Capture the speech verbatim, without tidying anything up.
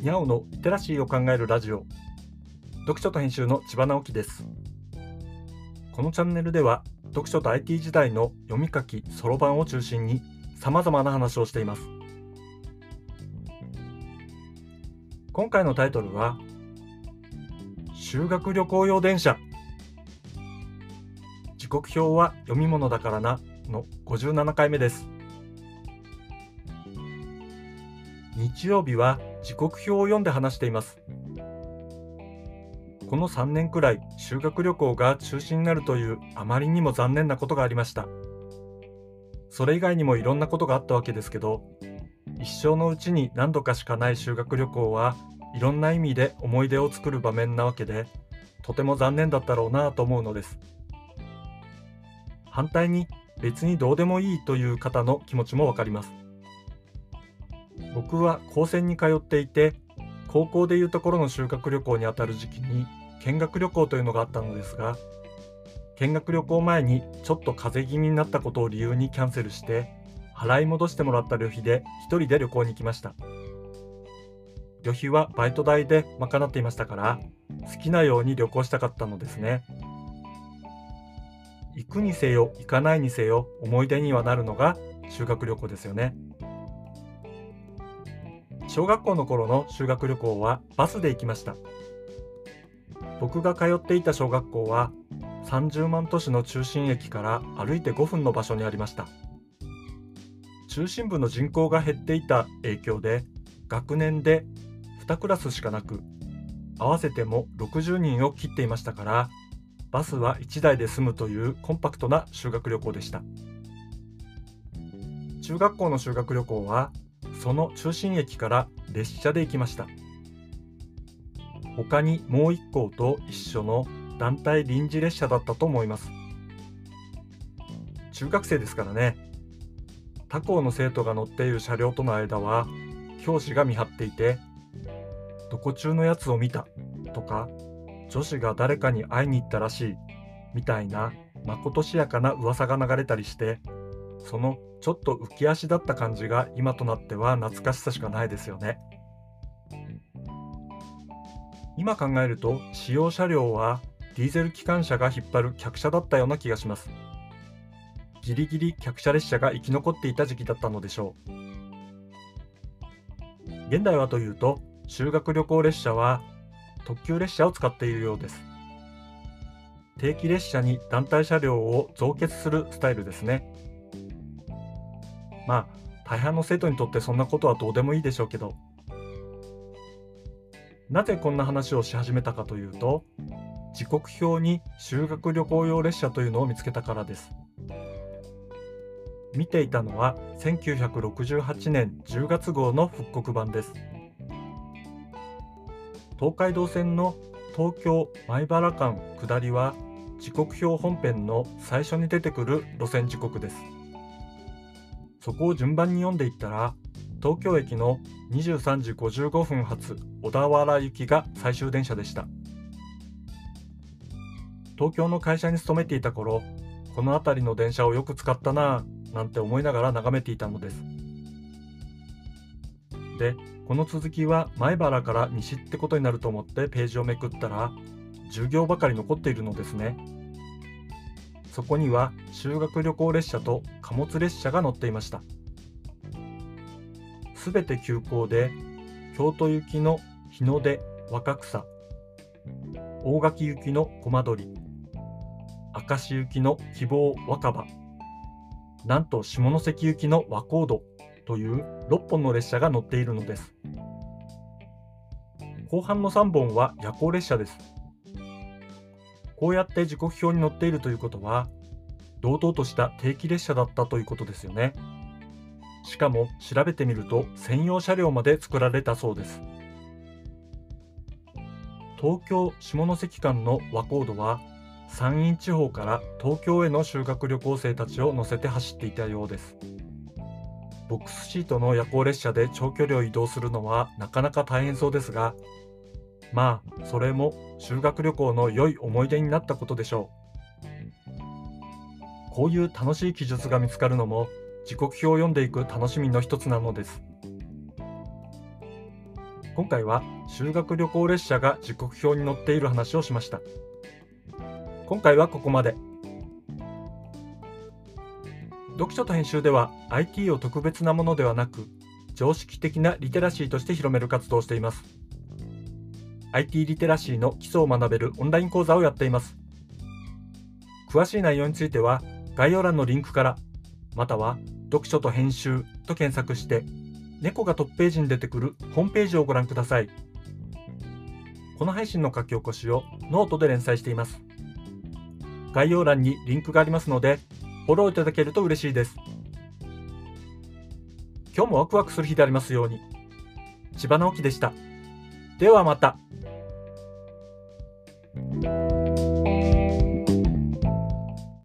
にゃおのリテラシーを考えるラジオ、読書と編集の千葉直樹です。このチャンネルでは読書と アイティー 時代の読み書きそろばんを中心にさまざまな話をしています。今回のタイトルは修学旅行用電車、時刻表は読み物だからなのごじゅうななかいめです。日曜日は時刻表を読んで話しています。このさんねんくらい修学旅行が中止になるというあまりにも残念なことがありました。それ以外にもいろんなことがあったわけですけど、一生のうちに何度かしかない修学旅行はいろんな意味で思い出を作る場面なわけで、とても残念だったろうなと思うのです。反対に別にどうでもいいという方の気持ちもわかります。僕は高専に通っていて、高校でいうところの修学旅行にあたる時期に見学旅行というのがあったのですが、見学旅行前にちょっと風邪気味になったことを理由にキャンセルして、払い戻してもらった旅費で一人で旅行に行きました。旅費はバイト代で賄っていましたから、好きなように旅行したかったのですね。行くにせよ行かないにせよ思い出にはなるのが修学旅行ですよね。小学校の頃の修学旅行はバスで行きました。僕が通っていた小学校はさんじゅうまん都市の中心駅から歩いてごふんの場所にありました。中心部の人口が減っていた影響で学年でにクラスしかなく、合わせてもろくじゅうにんを切っていましたから、バスはいちだいで済むというコンパクトな修学旅行でした。中学校の修学旅行はその中心駅から列車で行きました。他にもう一校と一緒の団体臨時列車だったと思います。中学生ですからね。他校の生徒が乗っている車両との間は教師が見張っていて、どこ中のやつを見たとか、女子が誰かに会いに行ったらしいみたいなまことしやかな噂が流れたりして、そのちょっと浮き足だった感じが今となっては懐かしさしかないですよね。今考えると使用車両はディーゼル機関車が引っ張る客車だったような気がします。ギリギリ客車列車が生き残っていた時期だったのでしょう。現代はというと修学旅行列車は特急列車を使っているようです。定期列車に団体車両を増結するスタイルですね。まあ大半の生徒にとってそんなことはどうでもいいでしょうけど、なぜこんな話をし始めたかというと、時刻表に修学旅行用列車というのを見つけたからです。見ていたのはせんきゅうひゃくろくじゅうはちねんじゅうがつ号の復刻版です。東海道線の東京米原間下りは時刻表本編の最初に出てくる路線時刻です。そこを順番に読んでいったら、東京駅のにじゅうさんじごじゅうごふん発小田原行きが最終電車でした。東京の会社に勤めていた頃、この辺りの電車をよく使ったなぁなんて思いながら眺めていたのです。で、この続きは米原から西ってことになると思ってページをめくったら、じゅうぎょうばかり残っているのですね。そこには修学旅行列車と貨物列車が乗っていました。すべて急行で、京都行きの日の出若草、大垣行きの駒取、明石行きの希望若葉、なんと下関行きの和光堂というろっぽんの列車が乗っているのです。後半のさんぼんは夜行列車です。こうやって時刻表に載っているということは、堂々とした定期列車だったということですよね。しかも調べてみると専用車両まで作られたそうです。東京下関間の和光堂は山陰地方から東京への修学旅行生たちを乗せて走っていたようです。ボックスシートの夜行列車で長距離を移動するのはなかなか大変そうですが、まあそれも修学旅行の良い思い出になったことでしょう。こういう楽しい記述が見つかるのも時刻表を読んでいく楽しみの一つなのです。 今回は修学旅行列車が時刻表に載っている話をしました。今回はここまで。読書と編集では アイティー を特別なものではなく、常識的なリテラシーとして広める活動をしています。アイティー リテラシーの基礎を学べるオンライン講座をやっています。詳しい内容については概要欄のリンクから、または読書と編集と検索して、猫がトップページに出てくるホームページをご覧ください。この配信の書き起こしをノートで連載しています。概要欄にリンクがありますので、フォローいただけると嬉しいです。今日もワクワクする日でありますように。千葉直樹でした。ではまた。